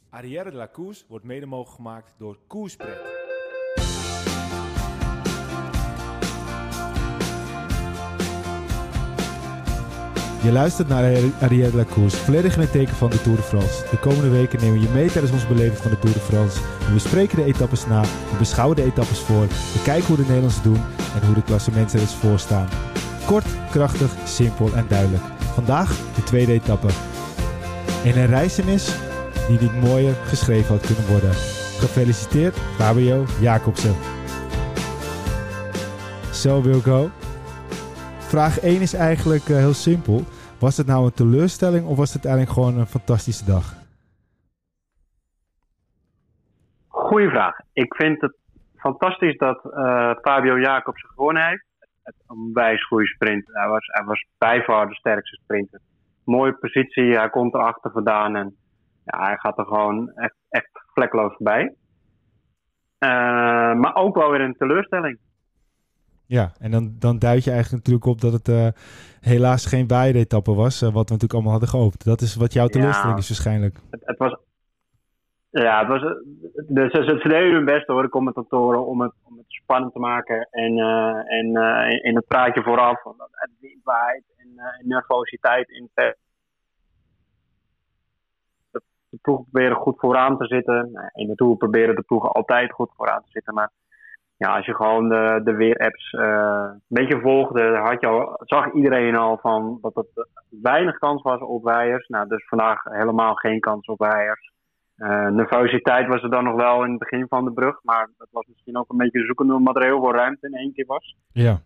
Arrière de la Course wordt mede mogelijk gemaakt door Koerspret. Je luistert naar Arrière de la Course, volledig in het teken van de Tour de France. De komende weken nemen we je mee tijdens onze beleving van de Tour de France. We bespreken de etappes na, we beschouwen de etappes voor, we kijken hoe de Nederlanders doen en hoe de klassementsrijders voor staan. Kort, krachtig, simpel en duidelijk. Vandaag de tweede etappe. In een reizenis die niet mooier geschreven had kunnen worden. Gefeliciteerd, Fabio Jacobsen. Zo Wilco. Vraag 1 is eigenlijk heel simpel. Was het nou een teleurstelling of was het uiteindelijk gewoon een fantastische dag? Goeie vraag. Ik vind het fantastisch dat Fabio Jacobsen gewonnen heeft. Het een onwijs goede sprint. Hij was bij far de sterkste sprinter. Mooie positie, hij komt erachter vandaan en ja, hij gaat er gewoon echt vlekkeloos voorbij. Maar ook wel weer een teleurstelling. Ja, en dan duid je eigenlijk natuurlijk op dat het helaas geen beide-etappe was, wat we natuurlijk allemaal hadden gehoopt. Dat is wat jouw teleurstelling is waarschijnlijk. Ze deden hun best hoor, de commentatoren, om het spannend te maken. En in het praatje vooraf, het windwaait en nervositeit in het de ploeg proberen goed vooraan te zitten. In de Tour proberen de ploegen altijd goed vooraan te zitten. Maar ja, als je gewoon de weerapps een beetje volgde, zag iedereen al van dat het weinig kans was op Wijers. Nou, dus vandaag helemaal geen kans op Wijers. Nervositeit was er dan nog wel in het begin van de brug. Maar dat was misschien ook een beetje zoekende omdat er heel veel ruimte in één keer was. Ja.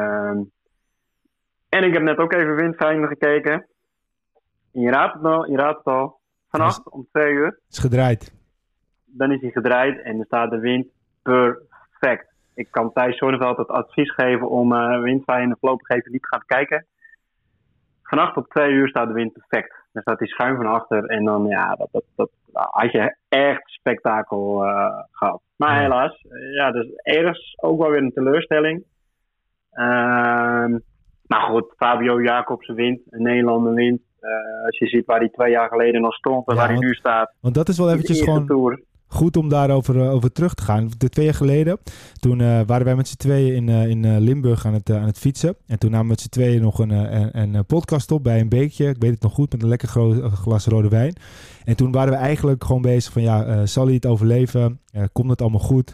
En ik heb net ook even windveiling gekeken. Je raadt het al. Vannacht om 2 uur. Is gedraaid. Dan is hij gedraaid en dan staat de wind perfect. Ik kan Thijs Zonneveld het advies geven om windveiling voorlopig even niet te gaan kijken. Vannacht op 2 uur staat de wind perfect. Dan staat hij schuin van achter en dan dat had je echt spektakel gehad. Maar helaas, dus ergens ook wel weer een teleurstelling. Maar goed, Fabio Jacobsen wint, een Nederlander wint. Als je ziet waar hij 2 jaar geleden nog stond en waar hij nu staat. Want dat is wel eventjes gewoon Tour. Goed om daarover over terug te gaan. 2 jaar geleden, toen waren wij met z'n tweeën in Limburg aan het fietsen. En toen namen we met z'n tweeën nog een podcast op bij een beekje. Ik weet het nog goed, met een lekker glas rode wijn. En toen waren we eigenlijk gewoon bezig van zal hij het overleven? Komt het allemaal goed?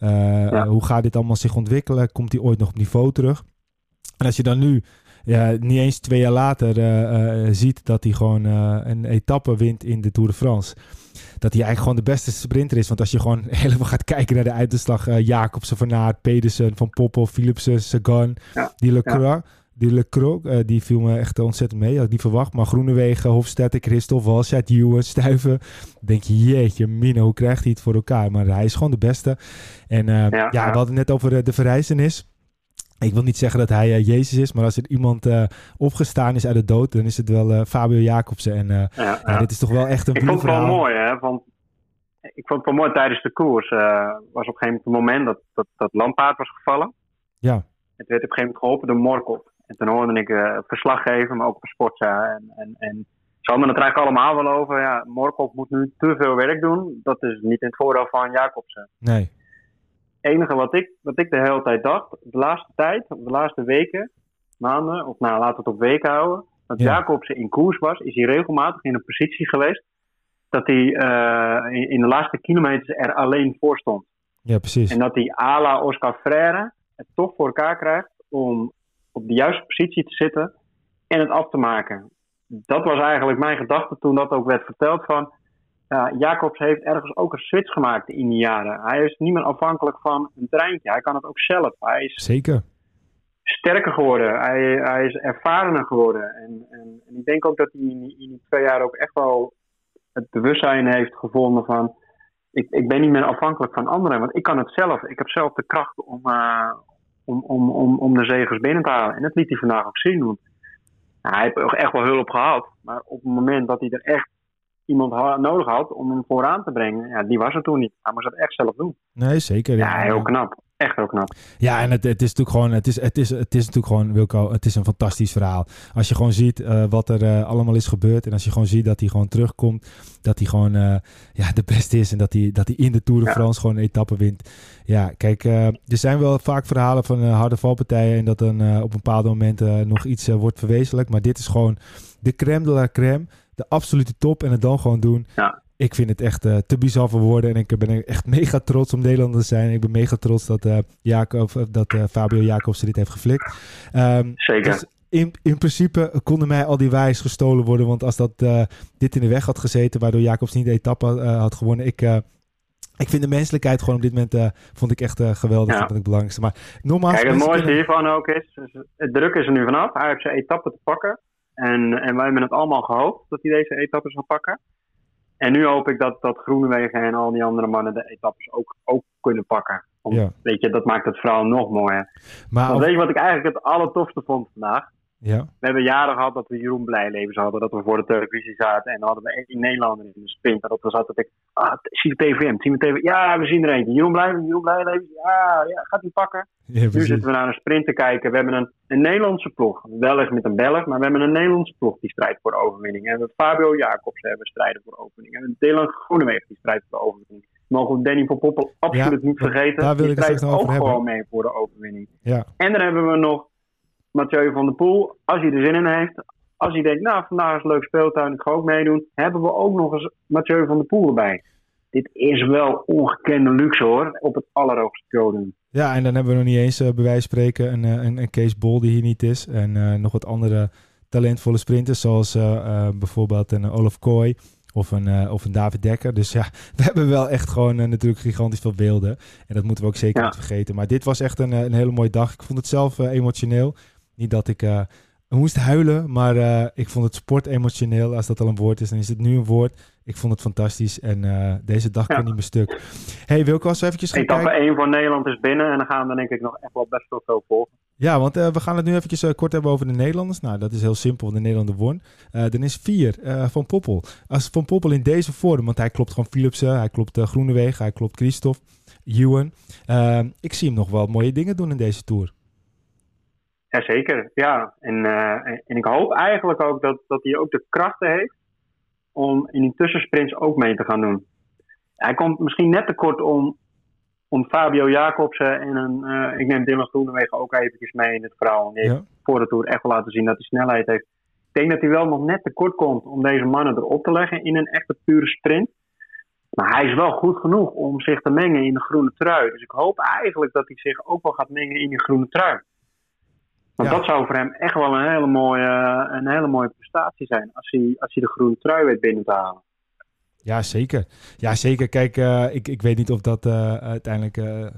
Hoe gaat dit allemaal zich ontwikkelen? Komt hij ooit nog op niveau terug? En als je dan nu niet eens 2 jaar later ziet dat hij gewoon een etappe wint in de Tour de France. Dat hij eigenlijk gewoon de beste sprinter is. Want als je gewoon helemaal gaat kijken naar de uitslag. Jacobsen, Van Aert, Pedersen, Van Poppel, Philipsen, Sagan. Ja. Die Lecroix, die viel me echt ontzettend mee. Had ik niet verwacht. Maar Groenewegen, Hofstede, Christophe, Walscheid, Ewan, Stuyven. Denk je, jeetje mina, hoe krijgt hij het voor elkaar? Maar hij is gewoon de beste. En we hadden het net over de verrijzenis. Ik wil niet zeggen dat hij Jezus is, maar als er iemand opgestaan is uit de dood, dan is het wel Fabio Jacobsen. En dit is toch wel echt een Ik vond het wel mooi, hè? Want ik vond het wel mooi tijdens de koers. Was op een gegeven moment dat Lampaard was gevallen. Ja. Het werd op een gegeven moment geholpen door Morkov. En toen hoorde ik verslag geven, maar ook op Sportza. En ze hadden het er eigenlijk allemaal wel over. Ja, Morkov moet nu te veel werk doen. Dat is niet in het voordeel van Jacobsen. Nee. Het enige wat ik de hele tijd dacht, de laatste weken, maanden, of laten we het op weken houden, dat Jacobsen in koers was, is hij regelmatig in een positie geweest dat hij in de laatste kilometers er alleen voor stond. Ja, precies. En dat hij à la Oscar Freire het toch voor elkaar krijgt om op de juiste positie te zitten en het af te maken. Dat was eigenlijk mijn gedachte toen dat ook werd verteld van Jacobs heeft ergens ook een switch gemaakt in die jaren. Hij is niet meer afhankelijk van een treintje. Hij kan het ook zelf. Hij is zeker sterker geworden. Hij is ervarener geworden. En ik denk ook dat hij in die 2 jaar ook echt wel het bewustzijn heeft gevonden van ik ben niet meer afhankelijk van anderen. Want ik kan het zelf. Ik heb zelf de kracht om de zegers binnen te halen. En dat liet hij vandaag ook zien. Want hij heeft echt wel hulp gehad. Maar op het moment dat hij er echt iemand nodig had om hem vooraan te brengen, die was er toen niet. Hij moest dat echt zelf doen. Nee, zeker. Ja, heel knap. echt heel knap. Ja, en het is natuurlijk gewoon, het is natuurlijk gewoon, Wilco, het is een fantastisch verhaal. Als je gewoon ziet wat er allemaal is gebeurd en als je gewoon ziet dat hij gewoon terugkomt, dat hij gewoon de beste is en dat hij in de Tour de France gewoon een etappe wint. Ja, kijk, er zijn wel vaak verhalen van harde valpartijen en dat dan op bepaalde momenten nog iets wordt verwezenlijkt, maar dit is gewoon de crème de la crème, de absolute top en het dan gewoon doen. Ja. Ik vind het echt te bizar voor woorden en ik ben echt mega trots om Nederlander te zijn. Ik ben mega trots dat Fabio Jacobsen dit heeft geflikt. Zeker. Dus in principe konden mij al die wijs gestolen worden, want als dat dit in de weg had gezeten, waardoor Jacobs niet de etappe had gewonnen. Ik vind de menselijkheid gewoon op dit moment vond ik echt geweldig. Dat is het belangrijkste. Maar nogmaals, kijk, het mooiste hiervan ook is, het druk is er nu vanaf. Hij heeft zijn etappe te pakken. En wij hebben het allemaal gehoopt dat hij deze etappe zou pakken. En nu hoop ik dat Groenewegen en al die andere mannen de etappes ook kunnen pakken. Weet je, dat maakt het verhaal nog mooier. Maar weet je wat ik eigenlijk het allertofste vond vandaag? Ja. We hebben jaren gehad dat we Jeroen Blijlevens hadden. Dat we voor de televisie zaten. En dan hadden we één Nederlander in de sprint. En dat we zaten te denken, zien we TVM? Ja, we zien er eentje. Jeroen Blijlevens. Ja, gaat hij pakken? Ja, nu zitten we naar een sprint te kijken. We hebben een Nederlandse ploeg. Wellicht met een Belg, maar we hebben een Nederlandse ploeg die strijdt voor de overwinning. En we hebben Fabio Jacobsen hebben strijden voor de overwinning. En we hebben Dylan Groenewegen die strijdt voor de overwinning. Mogen we Danny van Poppel absoluut niet vergeten. Die strijdt ook gewoon mee voor de overwinning. Ja. En dan hebben we nog Mathieu van der Poel, als hij er zin in heeft. Als hij denkt, nou, vandaag is een leuk speeltuin, ik ga ook meedoen. Hebben we ook nog eens Mathieu van der Poel erbij. Dit is wel ongekende luxe hoor, op het allerhoogste niveau doen. Ja, en dan hebben we nog niet eens bij wijze van spreken een Kees Bol die hier niet is. En nog wat andere talentvolle sprinters, zoals bijvoorbeeld een Olaf Kooi of een David Dekker. Dus ja, we hebben wel echt gewoon natuurlijk gigantisch veel beelden. En dat moeten we ook zeker niet vergeten. Maar dit was echt een hele mooie dag. Ik vond het zelf emotioneel. Niet dat ik moest huilen, maar ik vond het sport emotioneel. Als dat al een woord is, dan is het nu een woord. Ik vond het fantastisch en deze dag kan niet meer stuk. Hey Wilco, als we eventjes gaan kijken. Etappe 1 voor Nederland is binnen en dan gaan we denk ik nog echt wel best wel veel volgen. Ja, want we gaan het nu eventjes kort hebben over de Nederlanders. Nou, dat is heel simpel, de Nederlander won. Dan is 4 Van Poppel. Als Van Poppel in deze vorm, want hij klopt gewoon Philipsen, hij klopt Groenewegen, hij klopt Christophe, Ewan. Ik zie hem nog wel mooie dingen doen in deze Tour. Jazeker, ja. En ik hoop eigenlijk ook dat hij ook de krachten heeft om in die tussensprints ook mee te gaan doen. Hij komt misschien net tekort om Fabio Jacobsen en ik neem Dylan Groenewegen ook eventjes mee in het verhaal. En die heeft voor de Tour echt wel laten zien dat hij snelheid heeft. Ik denk dat hij wel nog net tekort komt om deze mannen erop te leggen in een echte pure sprint. Maar hij is wel goed genoeg om zich te mengen in de groene trui. Dus ik hoop eigenlijk dat hij zich ook wel gaat mengen in die groene trui. Want dat zou voor hem echt wel een hele mooie prestatie zijn. Als hij de groene trui weet binnen te halen. Ja, zeker. Ja, zeker. Kijk, ik weet niet of dat uiteindelijk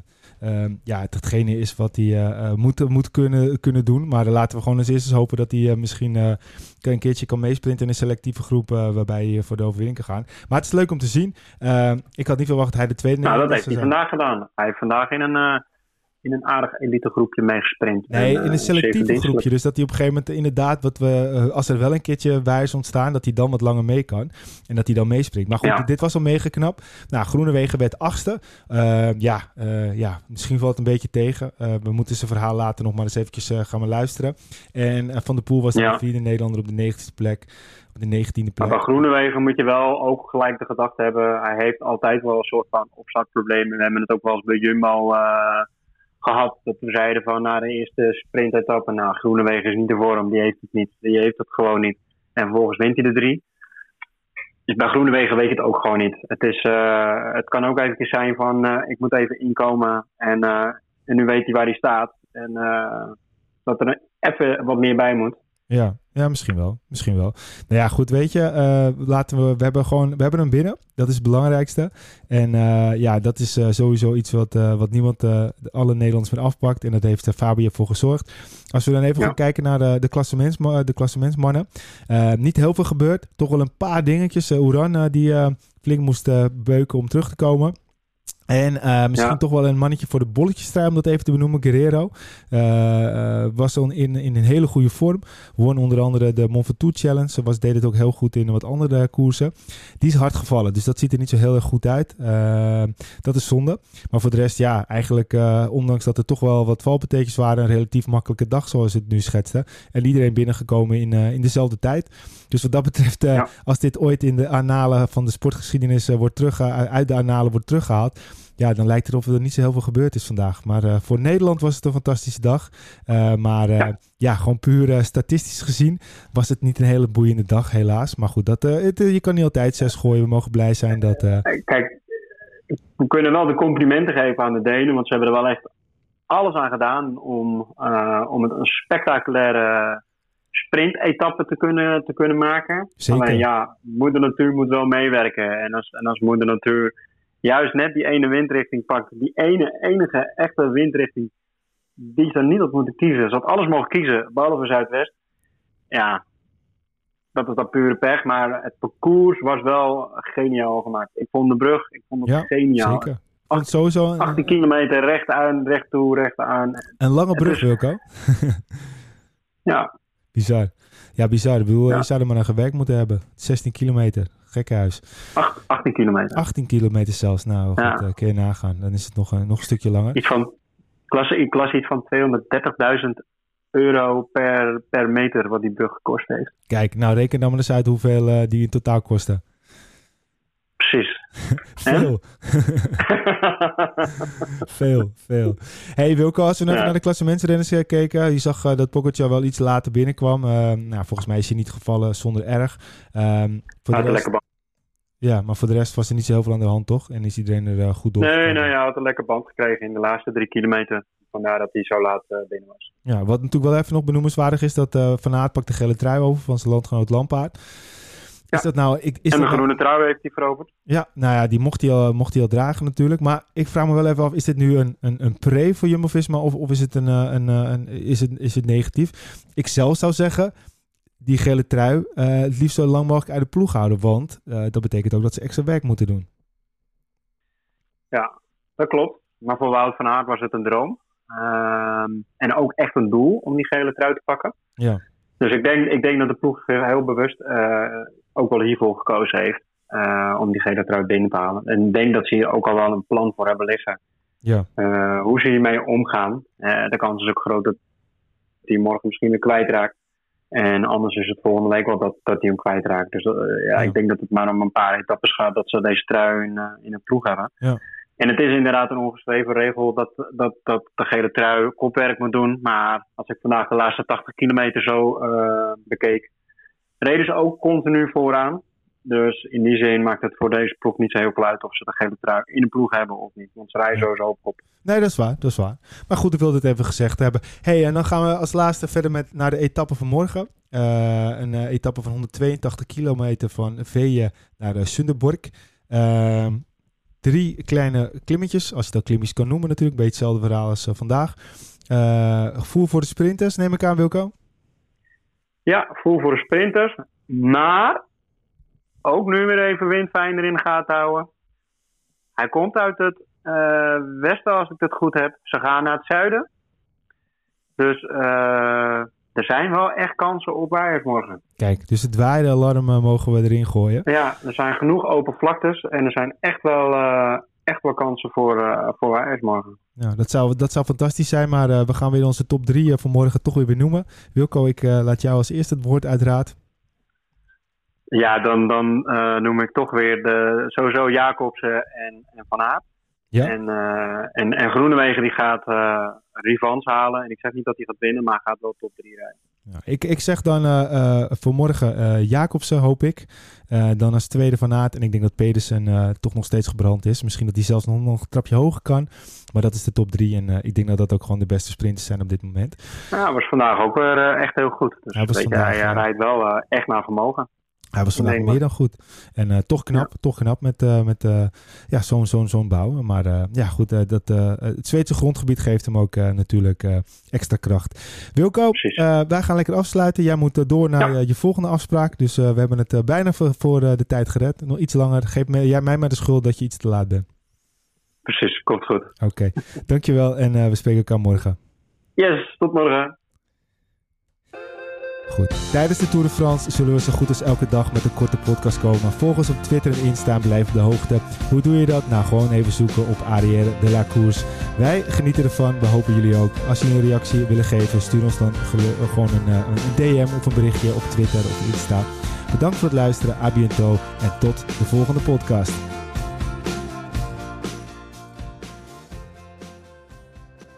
hetgene is wat hij moet kunnen doen. Maar laten we gewoon als eerste hopen dat hij misschien een keertje kan meesprinten in een selectieve groep waarbij hij voor de overwinning kan gaan. Maar het is leuk om te zien. Ik had niet verwacht dat hij de tweede... Nou, dat heeft hij vandaag gedaan. Hij heeft vandaag in een aardig elite groepje meegesprint. Nee, in een selectieve groepje. Dus dat hij op een gegeven moment inderdaad, als er wel een keertje wijs ontstaan, dat hij dan wat langer mee kan. En dat hij dan meespringt. Maar goed, dit was al mega knap. Nou, Groenewegen werd 8e. Misschien valt het een beetje tegen. We moeten zijn verhaal later nog maar eens eventjes gaan luisteren. En Van der Poel was de 4e Nederlander op de 19e plek. Op de 19e plek. Maar bij Groenewegen moet je wel ook gelijk de gedachte hebben. Hij heeft altijd wel een soort van opstartproblemen. We hebben het ook wel eens bij Jumbo gehad. Dat we zeiden van na de eerste sprintetappe, nou, Groenewegen is niet de vorm, die heeft het niet. Die heeft het gewoon niet. En vervolgens wint hij de 3. Dus bij Groenewegen weet je het ook gewoon niet. Het kan ook eventjes zijn van, ik moet even inkomen en nu weet hij waar hij staat. En dat er even wat meer bij moet. Ja, misschien wel. Nou ja, goed, weet je, we hebben hem binnen. Dat is het belangrijkste. En dat is sowieso iets wat niemand, alle Nederlanders van afpakt. En dat heeft Fabio voor gezorgd. Als we dan even gaan kijken naar de klassementsmannen. Niet heel veel gebeurd. Toch wel een paar dingetjes. Uran die flink moest beuken om terug te komen. En misschien toch wel een mannetje voor de bolletjesstrijd, om dat even te benoemen. Guerrero was al in een hele goede vorm. Won onder andere de Mont Ventoux Challenge. Deed het ook heel goed in wat andere koersen. Die is hard gevallen, dus dat ziet er niet zo heel erg goed uit. Dat is zonde. Maar voor de rest, ja, eigenlijk ondanks dat er toch wel wat valpartijtjes waren, een relatief makkelijke dag zoals het nu schetste. En iedereen binnengekomen in dezelfde tijd. Dus wat dat betreft, als dit ooit in de annalen van de sportgeschiedenis uit de annalen wordt teruggehaald, ja, dan lijkt het alsof er niet zo heel veel gebeurd is vandaag. Maar voor Nederland was het een fantastische dag. Gewoon puur statistisch gezien was het niet een hele boeiende dag, helaas. Maar goed, je kan niet altijd 6 gooien. We mogen blij zijn dat... Kijk, we kunnen wel de complimenten geven aan de Denen, want ze hebben er wel echt alles aan gedaan om het een spectaculaire sprintetappe te kunnen maken. Zeker. Alleen ja, moeder natuur moet wel meewerken. En als moeder natuur juist net die ene windrichting pakt, die enige echte windrichting die ze niet had moeten kiezen. Ze had alles mogen kiezen, behalve Zuidwest. Ja, dat is dan pure pech, maar het parcours was wel geniaal gemaakt. Ik vond de brug, geniaal. Zeker. 18 kilometer recht aan, recht toe, recht aan. Een lange brug, Wilco. Ja. Bizar. Ja, bizar. Ik bedoel, je zou er maar aan gewerkt moeten hebben. 16 kilometer. Gekkenhuis. 18 kilometer. 18 kilometer zelfs. Nou, goed, kun je nagaan. Dan is het nog een stukje langer. Ik las iets van €230.000 per meter wat die brug gekost heeft. Kijk, nou reken dan maar eens uit hoeveel die in totaal kostte. Precies. Veel. Veel. Hey Wilco, als we even naar de klassementsrenners keken. Je zag dat Pogačar wel iets later binnenkwam. Volgens mij is hij niet gevallen zonder erg. Voor de rest, ja, maar voor de rest was er niet zo heel veel aan de hand, toch? En is iedereen er goed door? Nee, hij had een lekker band gekregen in de laatste 3 kilometer. Vandaar dat hij zo laat binnen was. Ja, wat natuurlijk wel even nog benoemenswaardig is, dat Van Aert pakt de gele trui over van zijn landgenoot Lampaard. Is dat nou, en de groene trui heeft hij veroverd. Ja, nou ja, die mocht hij al dragen natuurlijk. Maar ik vraag me wel even af, is dit nu een pre voor Jumbo-Visma of is het is het negatief? Ik zelf zou zeggen, die gele trui het liefst zo lang mogelijk uit de ploeg houden. Want dat betekent ook dat ze extra werk moeten doen. Ja, dat klopt. Maar voor Wout van Aert was het een droom. En ook echt een doel om die gele trui te pakken. Ja. Dus ik denk dat de ploeg heel bewust ook wel hiervoor gekozen heeft. Om die gele trui binnen te halen. En ik denk dat ze hier ook al wel een plan voor hebben liggen. Ja. Hoe ze hiermee omgaan. De kans is ook groot dat hij morgen misschien weer kwijtraakt. En anders is het volgende week wel dat hij hem kwijtraakt. Dus ik denk dat het maar om een paar etappes gaat dat ze deze trui in een ploeg hebben. Ja. En het is inderdaad een ongeschreven regel dat de gele trui kopwerk moet doen. Maar als ik vandaag de laatste 80 kilometer zo bekeek, reden ze ook continu vooraan. Dus in die zin maakt het voor deze ploeg niet zo heel veel uit of ze de gele trui in de ploeg hebben of niet. Want ze rijden sowieso op kop. Nee, dat is waar. Maar goed, ik wilde het even gezegd hebben. Hey, en dan gaan we als laatste verder naar de etappe van morgen. Een etappe van 182 kilometer van Veje naar Sunderborg. 3 kleine klimmetjes, als je dat klimmetjes kan noemen natuurlijk. Beetje hetzelfde verhaal als vandaag. Gevoel voor de sprinters, neem ik aan, Wilco? Ja, gevoel voor de sprinters. Maar ook nu weer even Windfijner in de gaten houden. Hij komt uit het westen, als ik het goed heb. Ze gaan naar het zuiden. Dus er zijn wel echt kansen op waaiers morgen. Kijk, dus het waaiealarm mogen we erin gooien. Ja, er zijn genoeg open vlaktes. En er zijn echt wel kansen voor waaiers morgen. Ja, dat zou fantastisch zijn. Maar we gaan weer onze top 3 voor morgen toch weer benoemen. Wilco, ik laat jou als eerste het woord uiteraard. Ja, dan noem ik toch weer sowieso Jacobsen en Van Aert. Ja. En Groenewegen die gaat revanche halen. En ik zeg niet dat hij gaat winnen, maar gaat wel top 3 rijden. Ja, ik zeg dan voor morgen Jacobsen, hoop ik. Dan als tweede Van Aert. En ik denk dat Pedersen toch nog steeds gebrand is. Misschien dat hij zelfs nog een trapje hoger kan. Maar dat is de top 3. En ik denk dat dat ook gewoon de beste sprinters zijn op dit moment. Ja, was vandaag ook weer echt heel goed. Dus hij rijdt wel echt naar vermogen. Hij was vandaag meer dan goed. En toch knap met zo'n bouw. Maar goed, het Zweedse grondgebied geeft hem ook natuurlijk extra kracht. Wilco, wij gaan lekker afsluiten. Jij moet door naar je volgende afspraak. Dus we hebben het bijna voor de tijd gered. Nog iets langer. Geef jij mij maar de schuld dat je iets te laat bent. Precies, komt goed. Oké, dankjewel en we spreken elkaar morgen. Yes, tot morgen. Goed. Tijdens de Tour de France zullen we zo goed als elke dag met een korte podcast komen. Volg ons op Twitter en Insta en blijf op de hoogte. Hoe doe je dat? Nou, gewoon even zoeken op Arrière de la Course. Wij genieten ervan. We hopen jullie ook. Als jullie een reactie willen geven, stuur ons dan gewoon een DM of een berichtje op Twitter of Insta. Bedankt voor het luisteren. A bientôt en tot de volgende podcast.